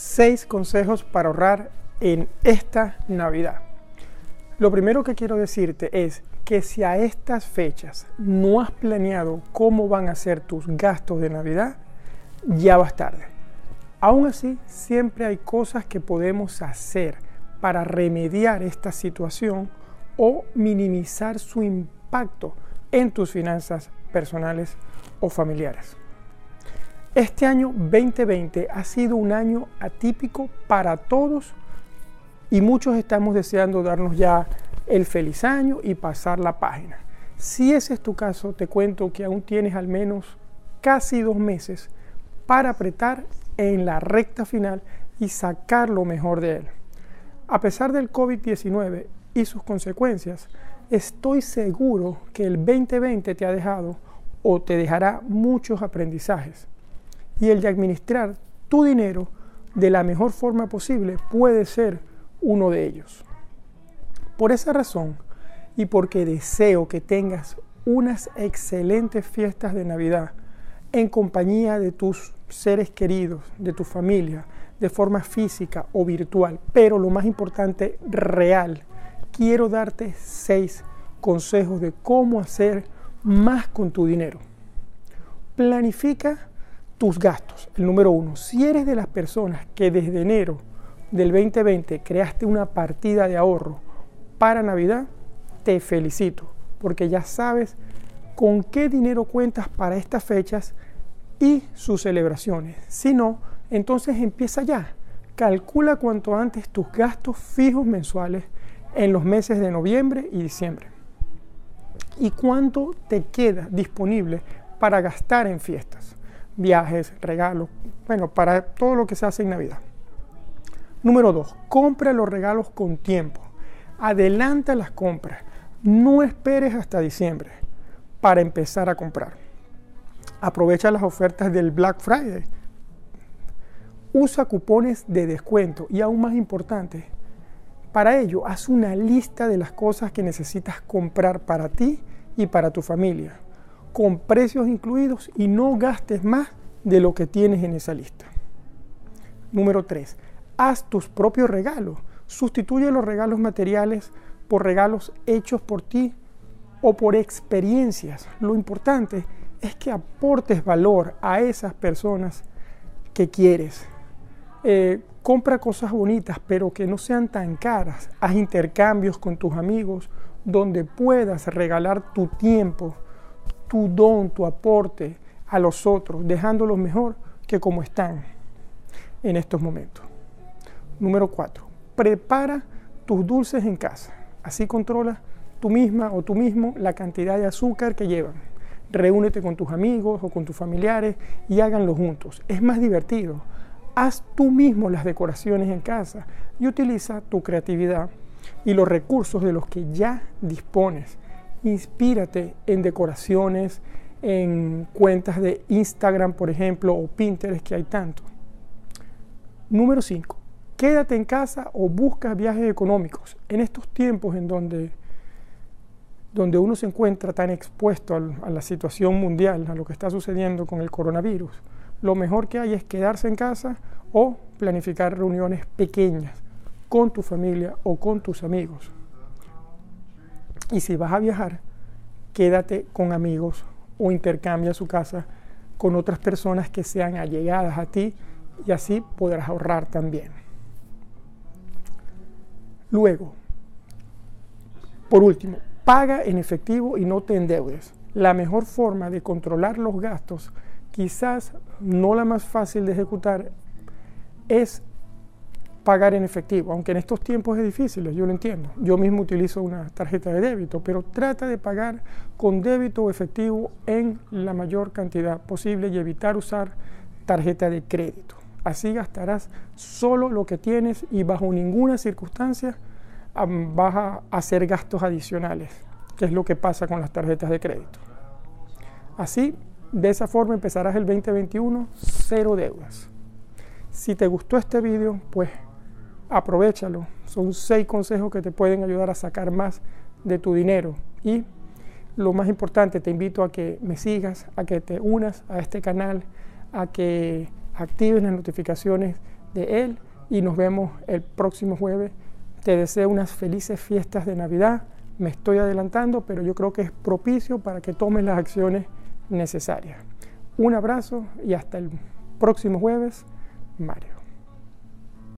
6 consejos para ahorrar en esta Navidad. Lo primero que quiero decirte es que si a estas fechas no has planeado cómo van a ser tus gastos de Navidad, ya vas tarde. Aún así, siempre hay cosas que podemos hacer para remediar esta situación o minimizar su impacto en tus finanzas personales o familiares. Este año 2020 ha sido un año atípico para todos y muchos estamos deseando darnos ya el feliz año y pasar la página. Si ese es tu caso, te cuento que aún tienes al menos casi 2 meses para apretar en la recta final y sacar lo mejor de él. A pesar del COVID-19 y sus consecuencias, estoy seguro que el 2020 te ha dejado o te dejará muchos aprendizajes. Y el de administrar tu dinero de la mejor forma posible puede ser uno de ellos. Por esa razón y porque deseo que tengas unas excelentes fiestas de Navidad en compañía de tus seres queridos, de tu familia, de forma física o virtual, pero lo más importante, real, quiero darte 6 consejos de cómo hacer más con tu dinero. Planifica tus gastos. El número 1, si eres de las personas que desde enero del 2020 creaste una partida de ahorro para Navidad, te felicito, porque ya sabes con qué dinero cuentas para estas fechas y sus celebraciones. Si no, entonces empieza ya. Calcula cuanto antes tus gastos fijos mensuales en los meses de noviembre y diciembre. ¿Y cuánto te queda disponible para gastar en fiestas? Viajes, regalos, para todo lo que se hace en Navidad. Número 2, compra los regalos con tiempo. Adelanta las compras. No esperes hasta diciembre para empezar a comprar. Aprovecha las ofertas del Black Friday. Usa cupones de descuento y aún más importante, para ello haz una lista de las cosas que necesitas comprar para ti y para tu familia, con precios incluidos, y no gastes más de lo que tienes en esa lista. Número 3. Haz tus propios regalos. Sustituye los regalos materiales por regalos hechos por ti o por experiencias. Lo importante es que aportes valor a esas personas que quieres. Compra cosas bonitas, pero que no sean tan caras. Haz intercambios con tus amigos donde puedas regalar tu tiempo, tu don, tu aporte a los otros, dejándolos mejor que como están en estos momentos. Número 4. Prepara tus dulces en casa. Así controlas tú misma o tú mismo la cantidad de azúcar que llevan. Reúnete con tus amigos o con tus familiares y háganlo juntos. Es más divertido. Haz tú mismo las decoraciones en casa y utiliza tu creatividad y los recursos de los que ya dispones. Inspírate en decoraciones, en cuentas de Instagram, por ejemplo, o Pinterest, que hay tanto. Número 5. Quédate en casa o busca viajes económicos. En estos tiempos en donde uno se encuentra tan expuesto a la situación mundial, a lo que está sucediendo con el coronavirus, lo mejor que hay es quedarse en casa o planificar reuniones pequeñas con tu familia o con tus amigos. Y si vas a viajar, quédate con amigos o intercambia su casa con otras personas que sean allegadas a ti y así podrás ahorrar también. Luego, por último, paga en efectivo y no te endeudes. La mejor forma de controlar los gastos, quizás no la más fácil de ejecutar, es pagar en efectivo, aunque en estos tiempos es difícil, yo lo entiendo. Yo mismo utilizo una tarjeta de débito, pero trata de pagar con débito o efectivo en la mayor cantidad posible y evitar usar tarjeta de crédito. Así gastarás solo lo que tienes y bajo ninguna circunstancia vas a hacer gastos adicionales, que es lo que pasa con las tarjetas de crédito. Así, de esa forma empezarás el 2021 cero deudas. Si te gustó este video, pues aprovéchalo. Son 6 consejos que te pueden ayudar a sacar más de tu dinero. Y lo más importante, te invito a que me sigas, a que te unas a este canal, a que actives las notificaciones de Él y nos vemos el próximo jueves. Te deseo unas felices fiestas de Navidad. Me estoy adelantando, pero yo creo que es propicio para que tomes las acciones necesarias. Un abrazo y hasta el próximo jueves, Mario.